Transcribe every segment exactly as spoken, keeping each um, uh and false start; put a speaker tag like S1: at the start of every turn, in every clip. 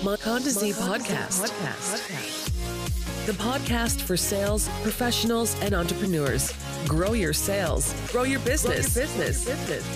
S1: Mokondazi Podcast. The podcast for sales professionals and entrepreneurs. Grow your sales. Grow your business. Grow your business.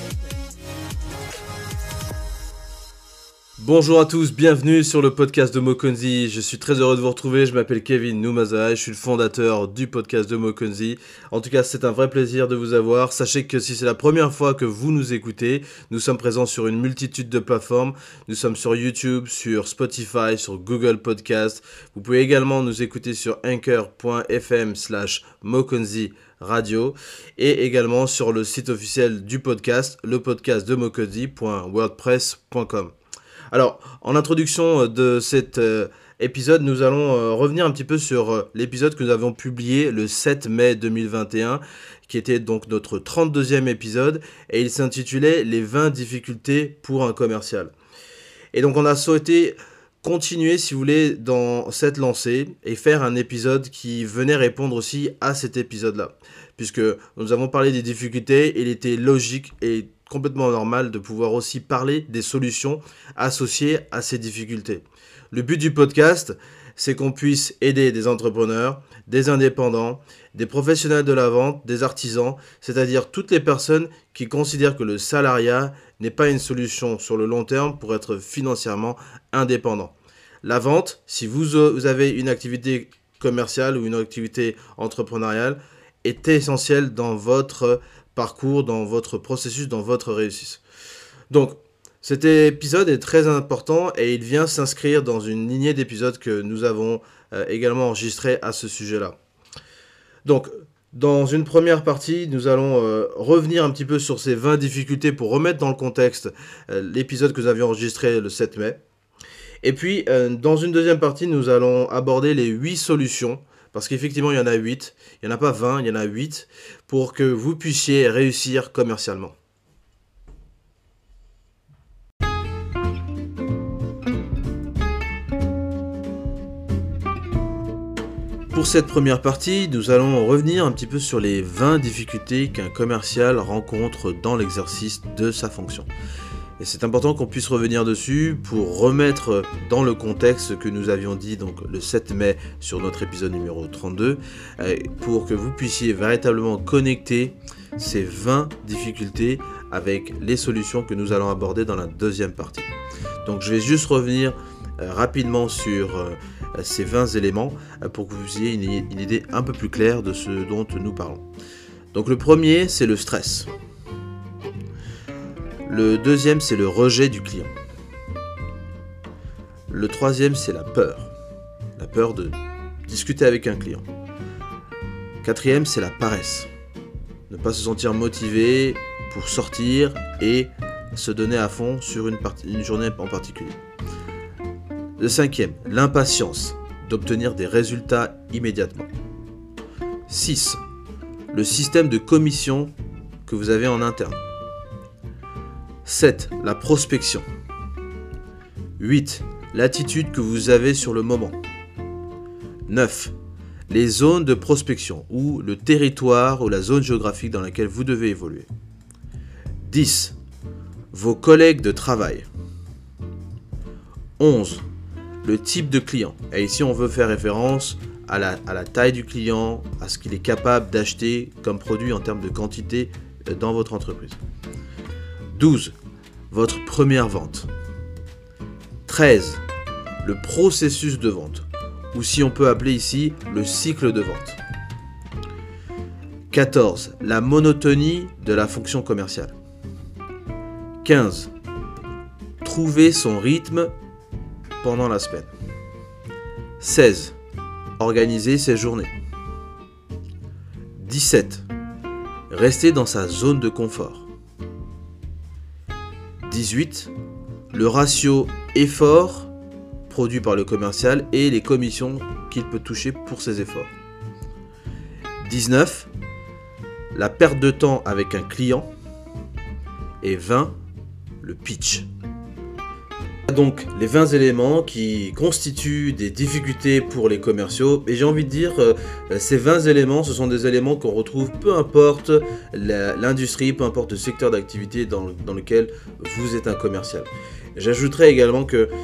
S2: Bonjour à tous, bienvenue sur le podcast de Mokonzi. Je suis très heureux de vous retrouver, je m'appelle Kevin Noumazai, je suis le fondateur du podcast de Mokonzi. En tout cas, c'est un vrai plaisir de vous avoir. Sachez que si c'est la première fois que vous nous écoutez, nous sommes présents sur une multitude de plateformes. Nous sommes sur YouTube, sur Spotify, sur Google Podcast. Vous pouvez également nous écouter sur anchor.fm slash Mokonzi Radio et également sur le site officiel du podcast, le podcast de mokonzi point wordpress point com. Alors, en introduction de cet euh, épisode, nous allons euh, revenir un petit peu sur euh, l'épisode que nous avons publié le sept mai deux mille vingt et un, qui était donc notre trente-deuxième épisode, et il s'intitulait « Les vingt difficultés pour un commercial ». Et donc, on a souhaité continuer, si vous voulez, dans cette lancée, et faire un épisode qui venait répondre aussi à cet épisode-là. Puisque nous avons parlé des difficultés, il était logique et complètement normal de pouvoir aussi parler des solutions associées à ces difficultés. Le but du podcast, c'est qu'on puisse aider des entrepreneurs, des indépendants, des professionnels de la vente, des artisans, c'est-à-dire toutes les personnes qui considèrent que le salariat n'est pas une solution sur le long terme pour être financièrement indépendant. La vente, si vous avez une activité commerciale ou une activité entrepreneuriale, est essentielle dans votre parcours, dans votre processus, dans votre réussite. Donc, cet épisode est très important et il vient s'inscrire dans une lignée d'épisodes que nous avons euh, également enregistrés à ce sujet-là. Donc, dans une première partie, nous allons euh, revenir un petit peu sur ces vingt difficultés pour remettre dans le contexte euh, l'épisode que nous avions enregistré le sept mai. Et puis, euh, dans une deuxième partie, nous allons aborder les huit solutions. Parce qu'effectivement, il y en a huit, il n'y en a pas vingt, il y en a huit, pour que vous puissiez réussir commercialement. Pour cette première partie, nous allons revenir un petit peu sur les vingt difficultés qu'un commercial rencontre dans l'exercice de sa fonction. Et c'est important qu'on puisse revenir dessus pour remettre dans le contexte que nous avions dit donc le sept mai sur notre épisode numéro trente-deux, pour que vous puissiez véritablement connecter ces vingt difficultés avec les solutions que nous allons aborder dans la deuxième partie. Donc je vais juste revenir euh, rapidement sur euh, ces vingt éléments euh, pour que vous ayez une, une idée un peu plus claire de ce dont nous parlons. Donc le premier, c'est le stress. Le deuxième, c'est le rejet du client. Le troisième, c'est la peur. La peur de discuter avec un client. Quatrième, c'est la paresse. Ne pas se sentir motivé pour sortir et se donner à fond sur une, partie, une journée en particulier. Le cinquième, l'impatience d'obtenir des résultats immédiatement. six. Le système de commission que vous avez en interne. sept. La prospection. huit. L'attitude que vous avez sur le moment. neuf. Les zones de prospection ou le territoire ou la zone géographique dans laquelle vous devez évoluer. dix. Vos collègues de travail. onze. Le type de client. Et ici, on veut faire référence à la, à la taille du client, à ce qu'il est capable d'acheter comme produit en termes de quantité dans votre entreprise. douze. Votre première vente. treize. Le processus de vente, ou si on peut appeler ici le cycle de vente. quatorze. La monotonie de la fonction commerciale. quinze. Trouver son rythme pendant la semaine. seize. Organiser ses journées. dix-sept. Rester dans sa zone de confort. dix-huit. Le ratio effort produit par le commercial et les commissions qu'il peut toucher pour ses efforts. dix-neuf. La perte de temps avec un client. Et vingt. Le pitch. Donc les vingt éléments qui constituent des difficultés pour les commerciaux, et j'ai envie de dire euh, ces vingt éléments, ce sont des éléments qu'on retrouve peu importe la, l'industrie, peu importe le secteur d'activité dans, dans lequel vous êtes un commercial. J'ajouterais également que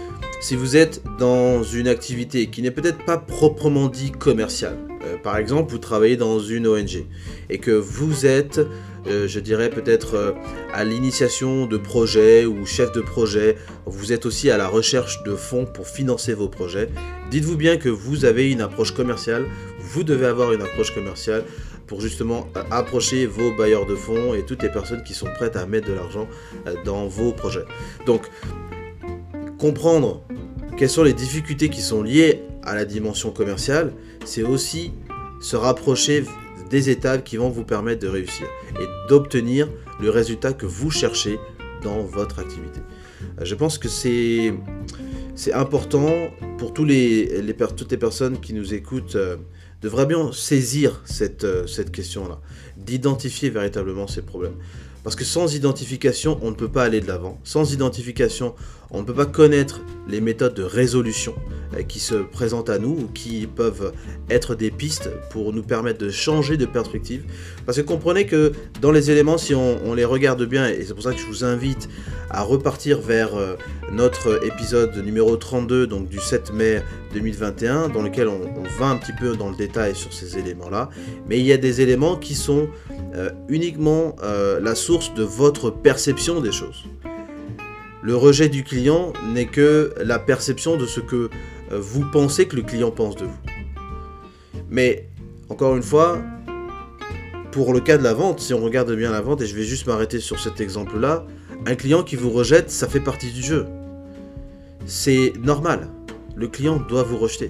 S2: si vous êtes dans une activité qui n'est peut-être pas proprement dit commerciale, euh, par exemple vous travaillez dans une O N G et que vous êtes, euh, je dirais peut-être euh, à l'initiation de projets ou chef de projet, vous êtes aussi à la recherche de fonds pour financer vos projets, dites-vous bien que vous avez une approche commerciale, vous devez avoir une approche commerciale pour justement approcher vos bailleurs de fonds et toutes les personnes qui sont prêtes à mettre de l'argent dans vos projets. Donc, comprendre quelles sont les difficultés qui sont liées à la dimension commerciale, c'est aussi se rapprocher des étapes qui vont vous permettre de réussir et d'obtenir le résultat que vous cherchez dans votre activité. Je pense que c'est, c'est important pour tous les, les, toutes les personnes qui nous écoutent euh, de vraiment saisir cette, euh, cette question-là, d'identifier véritablement ces problèmes. Parce que sans identification, on ne peut pas aller de l'avant. Sans identification, on ne peut pas connaître les méthodes de résolution euh, qui se présentent à nous ou qui peuvent être des pistes pour nous permettre de changer de perspective. Parce que comprenez que dans les éléments, si on, on les regarde bien, et c'est pour ça que je vous invite à repartir vers euh, notre épisode numéro trente-deux, donc du sept mai deux mille vingt et un, dans lequel on, on va un petit peu dans le détail sur ces éléments-là. Mais il y a des éléments qui sont euh, uniquement euh, la source de votre perception des choses. Le rejet du client n'est que la perception de ce que euh, vous pensez que le client pense de vous. Mais, encore une fois, pour le cas de la vente, si on regarde bien la vente, et je vais juste m'arrêter sur cet exemple-là, un client qui vous rejette, ça fait partie du jeu. C'est normal. Le client doit vous rejeter.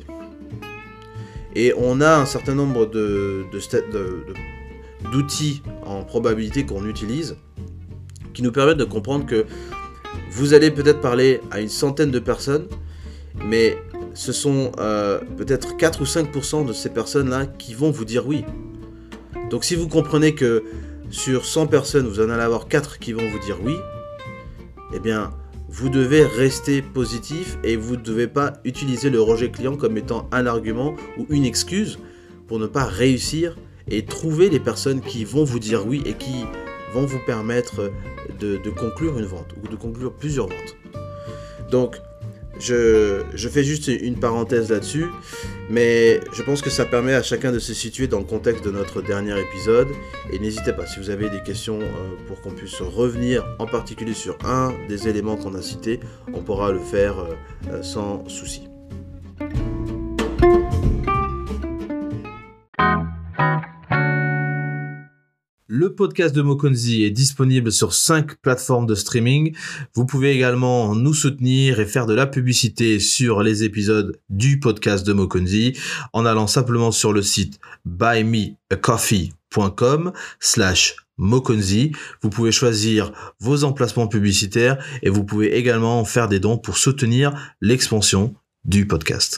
S2: Et on a un certain nombre de, de, de, de, d'outils en probabilité qu'on utilise qui nous permettent de comprendre que vous allez peut-être parler à une centaine de personnes, mais ce sont euh, peut-être quatre ou cinq pour cent de ces personnes-là qui vont vous dire oui. Donc si vous comprenez que sur cent personnes, vous en allez avoir quatre qui vont vous dire oui, eh bien, vous devez rester positif et vous ne devez pas utiliser le rejet client comme étant un argument ou une excuse pour ne pas réussir et trouver les personnes qui vont vous dire oui et qui vont vous permettre de, de conclure une vente ou de conclure plusieurs ventes. Donc, je, je fais juste une parenthèse là-dessus, mais je pense que ça permet à chacun de se situer dans le contexte de notre dernier épisode. Et n'hésitez pas, si vous avez des questions euh, pour qu'on puisse revenir en particulier sur un des éléments qu'on a cités, on pourra le faire euh, euh, sans souci. Le podcast de Mokonzi est disponible sur cinq plateformes de streaming. Vous pouvez également nous soutenir et faire de la publicité sur les épisodes du podcast de Mokonzi en allant simplement sur le site buymeacoffee.com slash Mokonzi. Vous pouvez choisir vos emplacements publicitaires et vous pouvez également faire des dons pour soutenir l'expansion du podcast.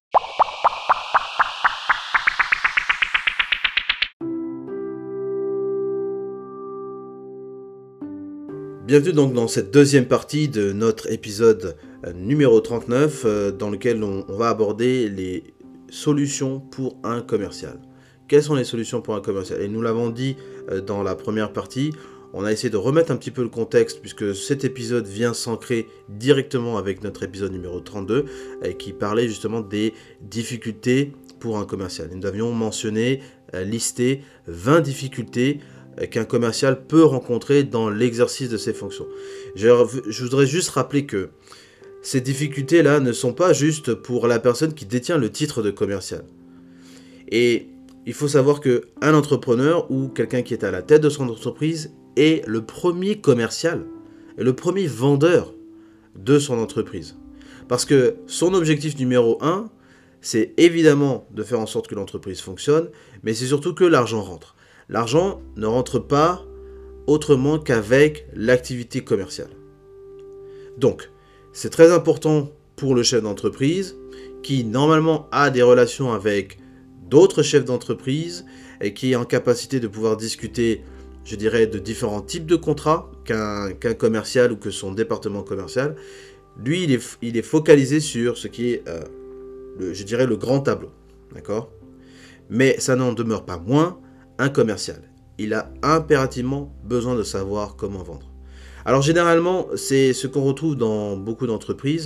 S2: Bienvenue donc dans cette deuxième partie de notre épisode numéro trente-neuf euh, dans lequel on, on va aborder les solutions pour un commercial. Quelles sont les solutions pour un commercial ? Et nous l'avons dit euh, dans la première partie, on a essayé de remettre un petit peu le contexte puisque cet épisode vient s'ancrer directement avec notre épisode numéro trente-deux euh, qui parlait justement des difficultés pour un commercial. Nous avions mentionné, euh, listé vingt difficultés qu'un commercial peut rencontrer dans l'exercice de ses fonctions. Je, je voudrais juste rappeler que ces difficultés-là ne sont pas juste pour la personne qui détient le titre de commercial. Et il faut savoir qu'un entrepreneur ou quelqu'un qui est à la tête de son entreprise est le premier commercial, et le premier vendeur de son entreprise. Parce que son objectif numéro un, c'est évidemment de faire en sorte que l'entreprise fonctionne, mais c'est surtout que l'argent rentre. L'argent ne rentre pas autrement qu'avec l'activité commerciale. Donc, c'est très important pour le chef d'entreprise qui, normalement, a des relations avec d'autres chefs d'entreprise et qui est en capacité de pouvoir discuter, je dirais, de différents types de contrats qu'un, qu'un commercial ou que son département commercial. Lui, il est, il est focalisé sur ce qui est, euh, le, je dirais, le grand tableau. D'accord ? Mais ça n'en demeure pas moins un commercial. Il a impérativement besoin de savoir comment vendre. Alors généralement, c'est ce qu'on retrouve dans beaucoup d'entreprises.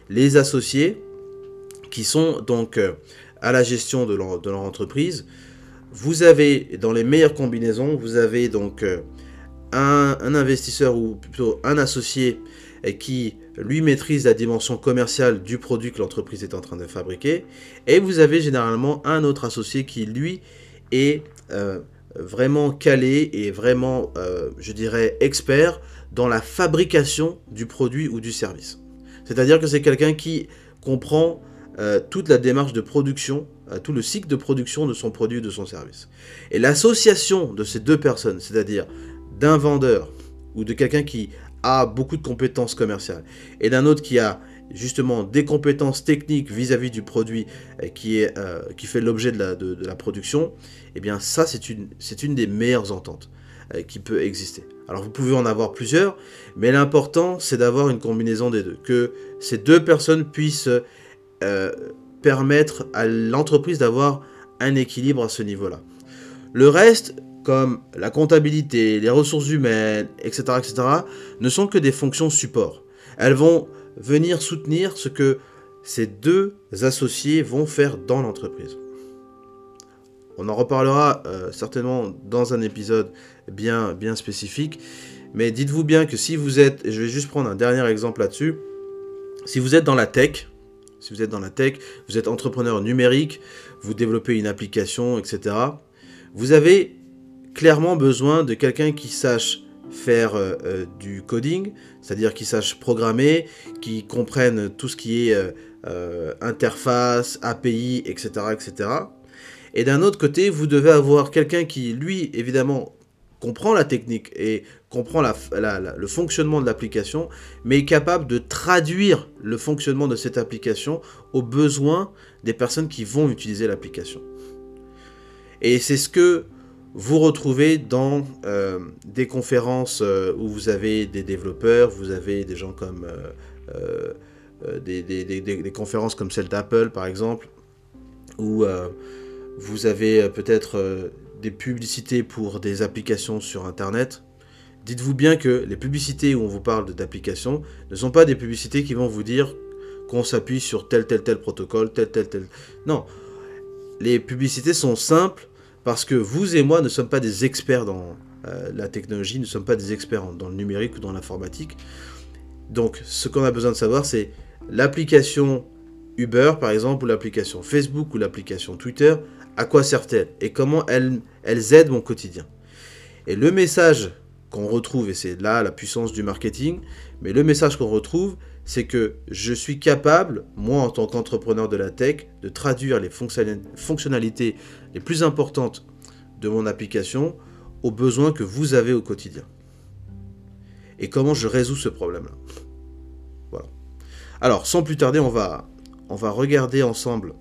S2: les associés qui sont donc euh, à la gestion de leur, de leur entreprise. Vous avez, dans les meilleures combinaisons, vous avez donc euh, un, un investisseur ou plutôt un associé euh, qui, lui, maîtrise la dimension commerciale du produit que l'entreprise est en train de fabriquer. Et vous avez généralement un autre associé qui, lui, est euh, vraiment calé et vraiment, euh, je dirais, expert dans la fabrication du produit ou du service. C'est-à-dire que c'est quelqu'un qui comprend euh, toute la démarche de production, euh, tout le cycle de production de son produit ou de son service. Et l'association de ces deux personnes, c'est-à-dire d'un vendeur ou de quelqu'un qui a beaucoup de compétences commerciales et d'un autre qui a justement des compétences techniques vis-à-vis du produit euh, qui, est, euh, qui fait l'objet de la, de, de la production, eh bien ça c'est une, c'est une des meilleures ententes euh, qui peut exister. Alors vous pouvez en avoir plusieurs, mais l'important c'est d'avoir une combinaison des deux, que ces deux personnes puissent euh, permettre à l'entreprise d'avoir un équilibre à ce niveau-là. Le reste, comme la comptabilité, les ressources humaines, et cetera, et cetera, ne sont que des fonctions support. Elles vont venir soutenir ce que ces deux associés vont faire dans l'entreprise. On en reparlera euh, certainement dans un épisode bien, bien spécifique, mais dites-vous bien que si vous êtes, et je vais juste prendre un dernier exemple là-dessus, si vous êtes dans la tech, si vous êtes dans la tech, vous êtes entrepreneur numérique, vous développez une application, et cetera, vous avez clairement besoin de quelqu'un qui sache faire euh, euh, du coding, c'est-à-dire qui sache programmer, qui comprenne tout ce qui est euh, euh, interface, A P I, et cetera, et cetera. Et d'un autre côté, vous devez avoir quelqu'un qui, lui, évidemment, comprend la technique et comprend la, la, la, le fonctionnement de l'application, mais est capable de traduire le fonctionnement de cette application aux besoins des personnes qui vont utiliser l'application. Et c'est ce que vous retrouvez dans euh, des conférences euh, où vous avez des développeurs, vous avez des gens comme euh, euh, des, des, des, des conférences comme celle d'Apple par exemple, où euh, vous avez peut-être euh, des publicités pour des applications sur Internet. Dites-vous bien que les publicités où on vous parle d'applications ne sont pas des publicités qui vont vous dire qu'on s'appuie sur tel tel tel protocole, tel tel tel... Non, les publicités sont simples parce que vous et moi ne sommes pas des experts dans euh, la technologie, ne sommes pas des experts dans le numérique ou dans l'informatique. Donc ce qu'on a besoin de savoir, c'est l'application Uber par exemple, ou l'application Facebook ou l'application Twitter, à quoi servent-elles et comment elles, elles aident mon quotidien. Et le message qu'on retrouve, et c'est là la puissance du marketing, mais le message qu'on retrouve, c'est que je suis capable, moi en tant qu'entrepreneur de la tech, de traduire les fonctionnalités les plus importantes de mon application aux besoins que vous avez au quotidien. Et comment je résous ce problème-là. Voilà. Alors, sans plus tarder, on va, on va regarder ensemble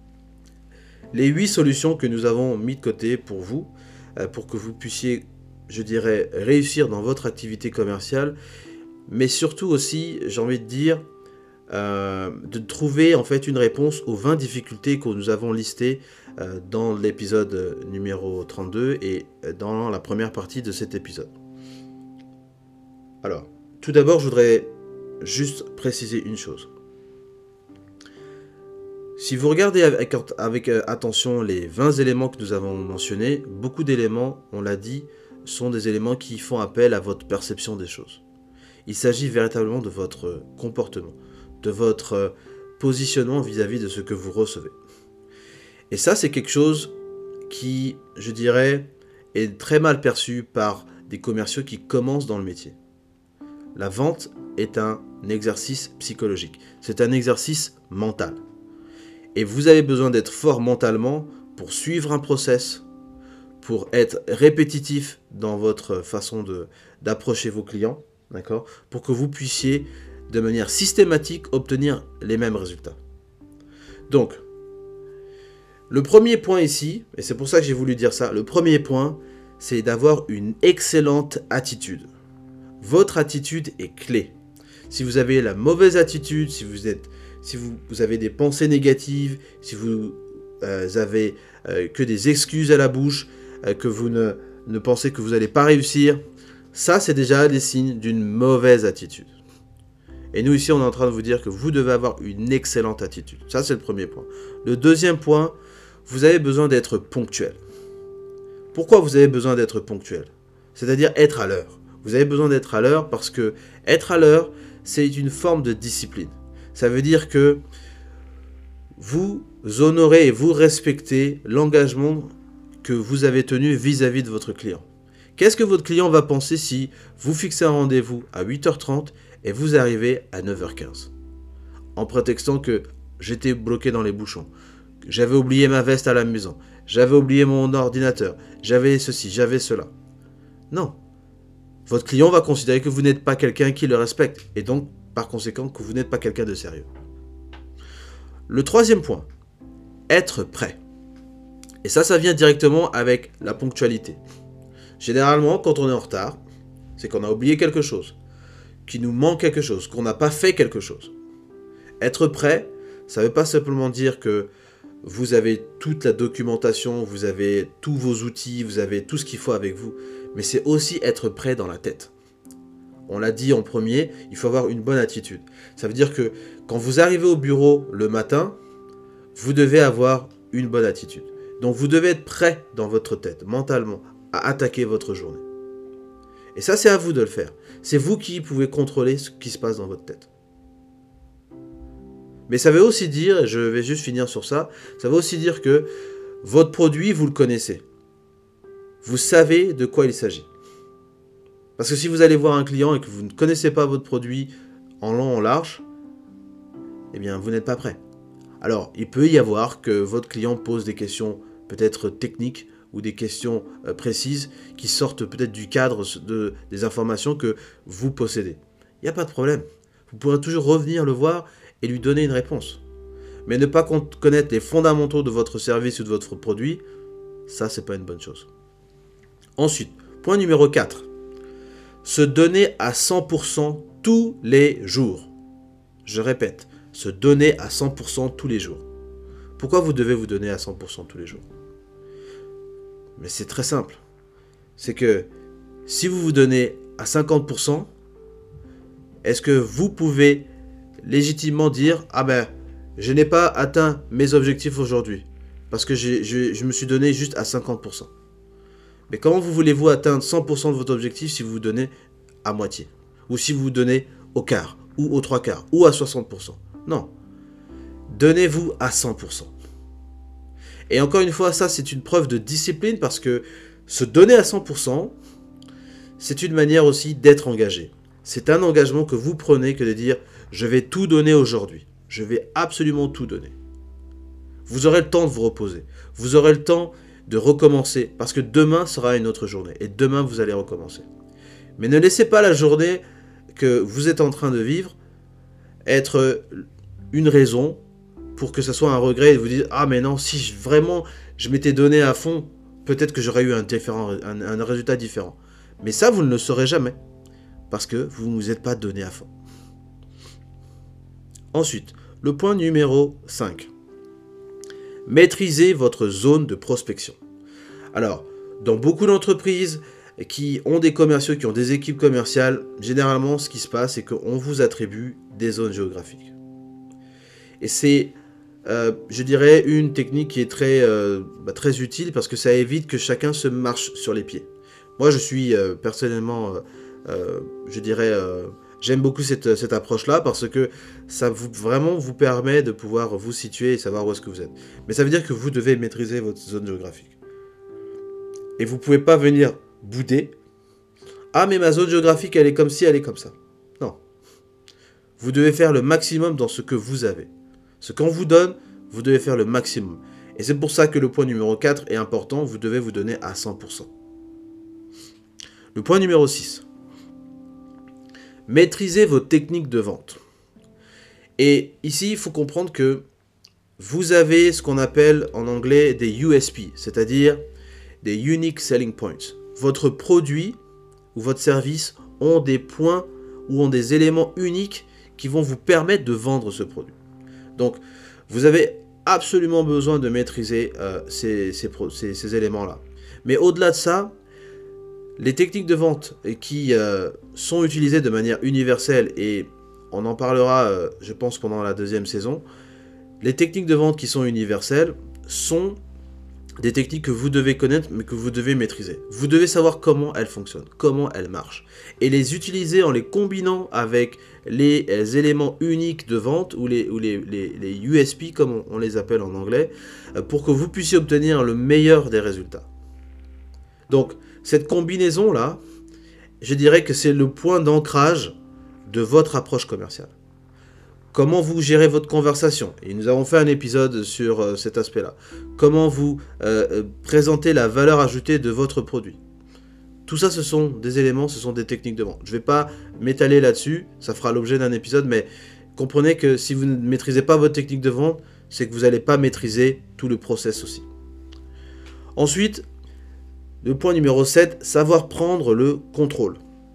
S2: les huit solutions que nous avons mis de côté pour vous, pour que vous puissiez, je dirais, réussir dans votre activité commerciale, mais surtout aussi, j'ai envie de dire, euh, de trouver en fait une réponse aux vingt difficultés que nous avons listées euh, dans l'épisode numéro trente-deux et dans la première partie de cet épisode. Alors, tout d'abord, je voudrais juste préciser une chose. Si vous regardez avec, avec attention les vingt éléments que nous avons mentionnés, beaucoup d'éléments, on l'a dit, sont des éléments qui font appel à votre perception des choses. Il s'agit véritablement de votre comportement, de votre positionnement vis-à-vis de ce que vous recevez. Et ça, c'est quelque chose qui, je dirais, est très mal perçu par des commerciaux qui commencent dans le métier. La vente est un exercice psychologique, c'est un exercice mental. Et vous avez besoin d'être fort mentalement pour suivre un process, pour être répétitif dans votre façon de, d'approcher vos clients, d'accord, pour que vous puissiez de manière systématique obtenir les mêmes résultats. Donc, le premier point ici, et c'est pour ça que j'ai voulu dire ça, le premier point, c'est d'avoir une excellente attitude. Votre attitude est clé. Si vous avez la mauvaise attitude, si vous êtes, si vous, vous avez des pensées négatives, si vous euh, avez euh, que des excuses à la bouche, euh, que vous ne, ne pensez que vous n'allez pas réussir, ça c'est déjà des signes d'une mauvaise attitude. Et nous ici, on est en train de vous dire que vous devez avoir une excellente attitude. Ça, c'est le premier point. Le deuxième point, vous avez besoin d'être ponctuel. Pourquoi vous avez besoin d'être ponctuel? C'est-à-dire être à l'heure. Vous avez besoin d'être à l'heure parce que être à l'heure, c'est une forme de discipline. Ça veut dire que vous honorez et vous respectez l'engagement que vous avez tenu vis-à-vis de votre client. Qu'est-ce que votre client va penser si vous fixez un rendez-vous à huit heures trente et vous arrivez à neuf heures quinze? En prétextant que j'étais bloqué dans les bouchons, que j'avais oublié ma veste à la maison, j'avais oublié mon ordinateur, j'avais ceci, j'avais cela. Non. Votre client va considérer que vous n'êtes pas quelqu'un qui le respecte et donc, par conséquent, que vous n'êtes pas quelqu'un de sérieux. Le troisième point, être prêt. Et ça, ça vient directement avec la ponctualité. Généralement, quand on est en retard, c'est qu'on a oublié quelque chose, qu'il nous manque quelque chose, qu'on n'a pas fait quelque chose. Être prêt, ça ne veut pas simplement dire que vous avez toute la documentation, vous avez tous vos outils, vous avez tout ce qu'il faut avec vous, mais c'est aussi être prêt dans la tête. On l'a dit en premier, il faut avoir une bonne attitude. Ça veut dire que quand vous arrivez au bureau le matin, vous devez avoir une bonne attitude. Donc vous devez être prêt dans votre tête, mentalement, à attaquer votre journée. Et ça, c'est à vous de le faire. C'est vous qui pouvez contrôler ce qui se passe dans votre tête. Mais ça veut aussi dire, et je vais juste finir sur ça, ça veut aussi dire que votre produit, vous le connaissez. Vous savez de quoi il s'agit. Parce que si vous allez voir un client et que vous ne connaissez pas votre produit en long, en large, eh bien, vous n'êtes pas prêt. Alors, il peut y avoir que votre client pose des questions peut-être techniques ou des questions euh, précises qui sortent peut-être du cadre de, des informations que vous possédez. Il n'y a pas de problème. Vous pourrez toujours revenir le voir et lui donner une réponse. Mais ne pas connaître les fondamentaux de votre service ou de votre produit, ça, c'est pas une bonne chose. Ensuite, point numéro quatre. Se donner à cent pour cent tous les jours. Je répète, se donner à cent pour cent tous les jours. Pourquoi vous devez vous donner à cent pour cent tous les jours? Mais c'est très simple. C'est que si vous vous donnez à cinquante pour cent, est-ce que vous pouvez légitimement dire « Ah ben, je n'ai pas atteint mes objectifs aujourd'hui parce que j'ai, je, je me suis donné juste à cinquante pour cent ». Mais comment vous voulez-vous atteindre cent pour cent de votre objectif si vous vous donnez à moitié? Ou si vous vous donnez au quart, ou aux trois quarts, ou à soixante pour cent? Non. Donnez-vous à cent pour cent. Et encore une fois, ça c'est une preuve de discipline parce que se donner à cent pour cent, c'est une manière aussi d'être engagé. C'est un engagement que vous prenez que de dire « je vais tout donner aujourd'hui, je vais absolument tout donner ». Vous aurez le temps de vous reposer, vous aurez le temps de recommencer parce que demain sera une autre journée et demain vous allez recommencer. Mais ne laissez pas la journée que vous êtes en train de vivre être une raison pour que ce soit un regret et vous dites « Ah mais non, si je, vraiment je m'étais donné à fond, peut-être que j'aurais eu un, différent, un, un résultat différent. » Mais ça, vous ne le saurez jamais parce que vous ne vous êtes pas donné à fond. Ensuite, le point numéro cinq. Maîtrisez votre zone de prospection. Alors, dans beaucoup d'entreprises qui ont des commerciaux, qui ont des équipes commerciales, généralement, ce qui se passe, c'est qu'on vous attribue des zones géographiques. Et c'est, euh, je dirais, une technique qui est très, euh, bah, très utile parce que ça évite que chacun se marche sur les pieds. Moi, je suis euh, personnellement, euh, euh, je dirais... Euh, J'aime beaucoup cette, cette approche-là parce que ça vous, vraiment vous permet de pouvoir vous situer et savoir où est-ce que vous êtes. Mais ça veut dire que vous devez maîtriser votre zone géographique. Et vous ne pouvez pas venir bouder. Ah, mais ma zone géographique, elle est comme ci, elle est comme ça. Non. Vous devez faire le maximum dans ce que vous avez. Ce qu'on vous donne, vous devez faire le maximum. Et c'est pour ça que le point numéro quatre est important. Vous devez vous donner à cent pour cent. Le point numéro six. Maîtrisez vos techniques de vente. Et ici, il faut comprendre que vous avez ce qu'on appelle en anglais des U S P, c'est-à-dire des Unique Selling Points. Votre produit ou votre service ont des points ou ont des éléments uniques qui vont vous permettre de vendre ce produit. Donc, vous avez absolument besoin de maîtriser euh, ces, ces, ces, ces éléments-là. Mais au-delà de ça, les techniques de vente qui euh, sont utilisées de manière universelle et on en parlera, euh, je pense, pendant la deuxième saison. Les techniques de vente qui sont universelles sont des techniques que vous devez connaître, mais que vous devez maîtriser. Vous devez savoir comment elles fonctionnent, comment elles marchent. Et les utiliser en les combinant avec les, les éléments uniques de vente, ou les, ou les, les, les U S P, comme on, on les appelle en anglais, pour que vous puissiez obtenir le meilleur des résultats. Donc, cette combinaison-là, je dirais que c'est le point d'ancrage de votre approche commerciale. Comment vous gérez votre conversation. Et nous avons fait un épisode sur euh, cet aspect-là. Comment vous euh, présentez la valeur ajoutée de votre produit. Tout ça, ce sont des éléments, ce sont des techniques de vente. Je ne vais pas m'étaler là-dessus, ça fera l'objet d'un épisode, mais comprenez que si vous ne maîtrisez pas votre technique de vente, c'est que vous n'allez pas maîtriser tout le process aussi. Ensuite, le point numéro sept, savoir prendre le contrôle.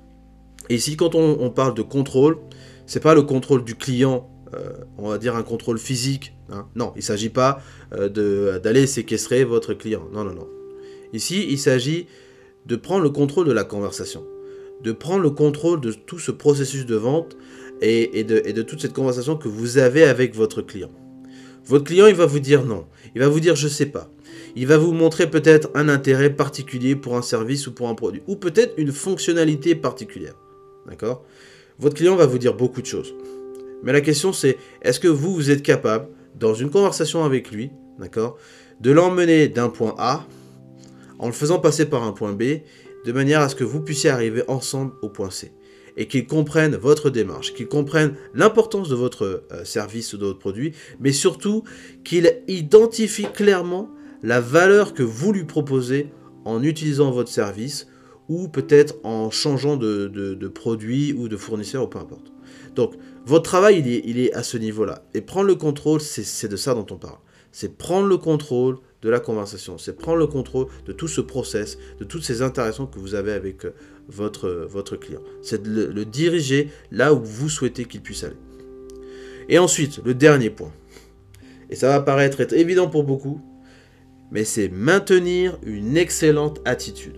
S2: Et ici, quand on, on parle de contrôle, c'est pas le contrôle du client, euh, on va dire un contrôle physique. Hein. Non, il ne s'agit pas euh, de, d'aller séquestrer votre client. Non, non, non. Ici, il s'agit de prendre le contrôle de la conversation, de prendre le contrôle de tout ce processus de vente et, et, de, et de toute cette conversation que vous avez avec votre client. Votre client, il va vous dire non. Il va vous dire je sais pas. Il va vous montrer peut-être un intérêt particulier pour un service ou pour un produit, ou peut-être une fonctionnalité particulière. D'accord ? Votre client va vous dire beaucoup de choses. Mais la question c'est, est-ce que vous, vous êtes capable, dans une conversation avec lui, d'accord, de l'emmener d'un point A, en le faisant passer par un point B, de manière à ce que vous puissiez arriver ensemble au point C. Et qu'il comprenne votre démarche, qu'il comprenne l'importance de votre euh, service ou de votre produit, mais surtout qu'il identifie clairement la valeur que vous lui proposez en utilisant votre service, ou peut-être en changeant de, de, de produit ou de fournisseur, ou peu importe. Donc, votre travail, il est, il est à ce niveau-là. Et prendre le contrôle, c'est, c'est de ça dont on parle. C'est prendre le contrôle de la conversation. C'est prendre le contrôle de tout ce process, de toutes ces interactions que vous avez avec votre, votre client. C'est de le, le diriger là où vous souhaitez qu'il puisse aller. Et ensuite, le dernier point. Et ça va paraître être évident pour beaucoup, mais c'est maintenir une excellente attitude.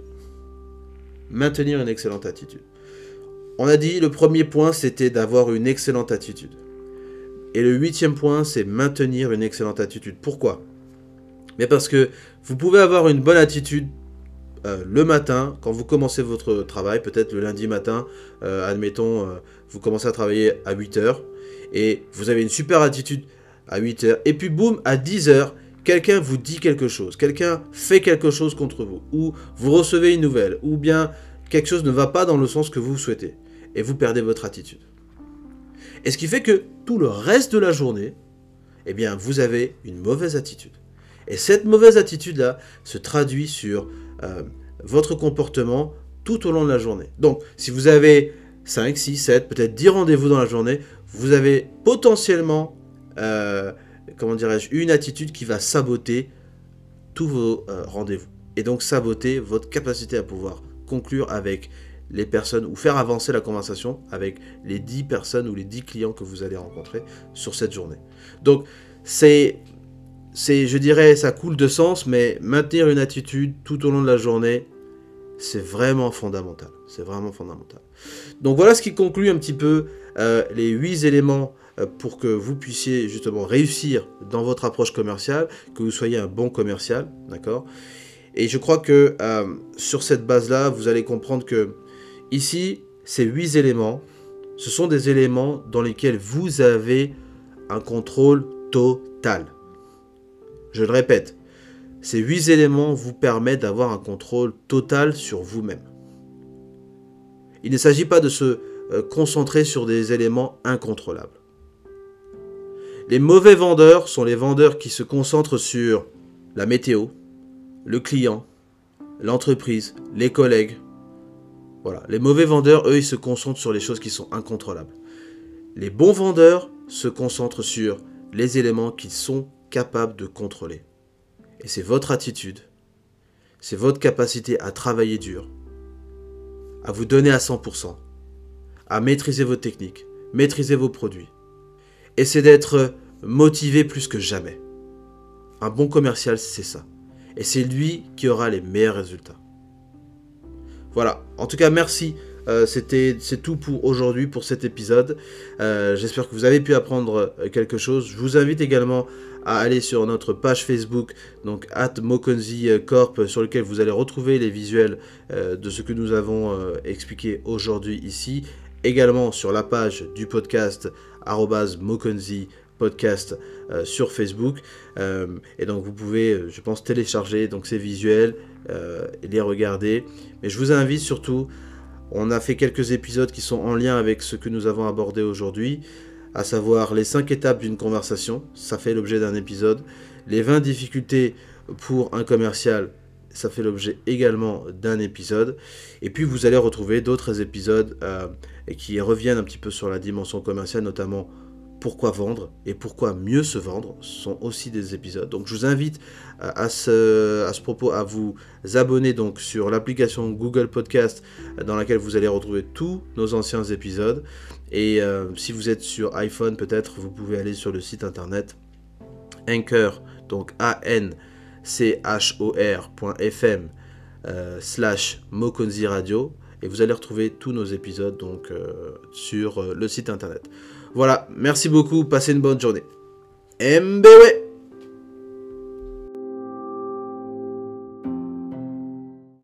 S2: Maintenir une excellente attitude. On a dit, le premier point, c'était d'avoir une excellente attitude. Et le huitième point, c'est maintenir une excellente attitude. Pourquoi ? Mais parce que vous pouvez avoir une bonne attitude euh, le matin, quand vous commencez votre travail, peut-être le lundi matin, euh, admettons, euh, vous commencez à travailler à huit heures, et vous avez une super attitude à huit heures, et puis boum, à dix heures, quelqu'un vous dit quelque chose, quelqu'un fait quelque chose contre vous, ou vous recevez une nouvelle, ou bien quelque chose ne va pas dans le sens que vous souhaitez, et vous perdez votre attitude. Et ce qui fait que tout le reste de la journée, eh bien, vous avez une mauvaise attitude. Et cette mauvaise attitude-là se traduit sur euh, votre comportement tout au long de la journée. Donc, si vous avez cinq, six, sept, peut-être dix rendez-vous dans la journée, vous avez potentiellement, euh, comment dirais-je, une attitude qui va saboter tous vos euh, rendez-vous. Et donc, saboter votre capacité à pouvoir conclure avec les personnes ou faire avancer la conversation avec les dix personnes ou les dix clients que vous allez rencontrer sur cette journée. Donc, c'est... C'est, je dirais, ça coule de sens, mais maintenir une attitude tout au long de la journée, c'est vraiment fondamental. C'est vraiment fondamental. Donc voilà ce qui conclut un petit peu euh, les huit éléments euh, pour que vous puissiez justement réussir dans votre approche commerciale, que vous soyez un bon commercial, d'accord ? Et je crois que euh, sur cette base-là, vous allez comprendre que ici, ces huit éléments, ce sont des éléments dans lesquels vous avez un contrôle total. Je le répète, ces huit éléments vous permettent d'avoir un contrôle total sur vous-même. Il ne s'agit pas de se euh, concentrer sur des éléments incontrôlables. Les mauvais vendeurs sont les vendeurs qui se concentrent sur la météo, le client, l'entreprise, les collègues. Voilà. Les mauvais vendeurs, eux, ils se concentrent sur les choses qui sont incontrôlables. Les bons vendeurs se concentrent sur les éléments qu'ils sont capable de contrôler. Et c'est votre attitude, c'est votre capacité à travailler dur, à vous donner à cent pour cent, à maîtriser vos techniques, maîtriser vos produits. Et c'est d'être motivé plus que jamais. Un bon commercial, c'est ça. Et c'est lui qui aura les meilleurs résultats. Voilà. En tout cas, merci Euh, c'était, c'est tout pour aujourd'hui, pour cet épisode. Euh, j'espère que vous avez pu apprendre quelque chose. Je vous invite également à aller sur notre page Facebook, donc at Mokonzi Corp, sur lequel vous allez retrouver les visuels euh, de ce que nous avons euh, expliqué aujourd'hui ici. Également sur la page du podcast arobase Mokonzi podcast euh, sur Facebook. Euh, et donc vous pouvez, je pense, télécharger donc ces visuels euh, et les regarder. Mais je vous invite surtout, on a fait quelques épisodes qui sont en lien avec ce que nous avons abordé aujourd'hui, à savoir les cinq étapes d'une conversation, ça fait l'objet d'un épisode, les vingt difficultés pour un commercial, ça fait l'objet également d'un épisode, et puis vous allez retrouver d'autres épisodes euh, qui reviennent un petit peu sur la dimension commerciale, notamment pourquoi vendre et pourquoi mieux se vendre, ce sont aussi des épisodes. Donc je vous invite euh, à, ce, à ce propos à vous abonner donc sur l'application Google Podcast euh, dans laquelle vous allez retrouver tous nos anciens épisodes. Et euh, si vous êtes sur iPhone, peut-être vous pouvez aller sur le site internet Anchor, donc A N C H O R point F M euh, slash Mokonzi Radio, et vous allez retrouver tous nos épisodes donc euh, sur euh, le site internet. Voilà, merci beaucoup, passez une bonne journée. M B W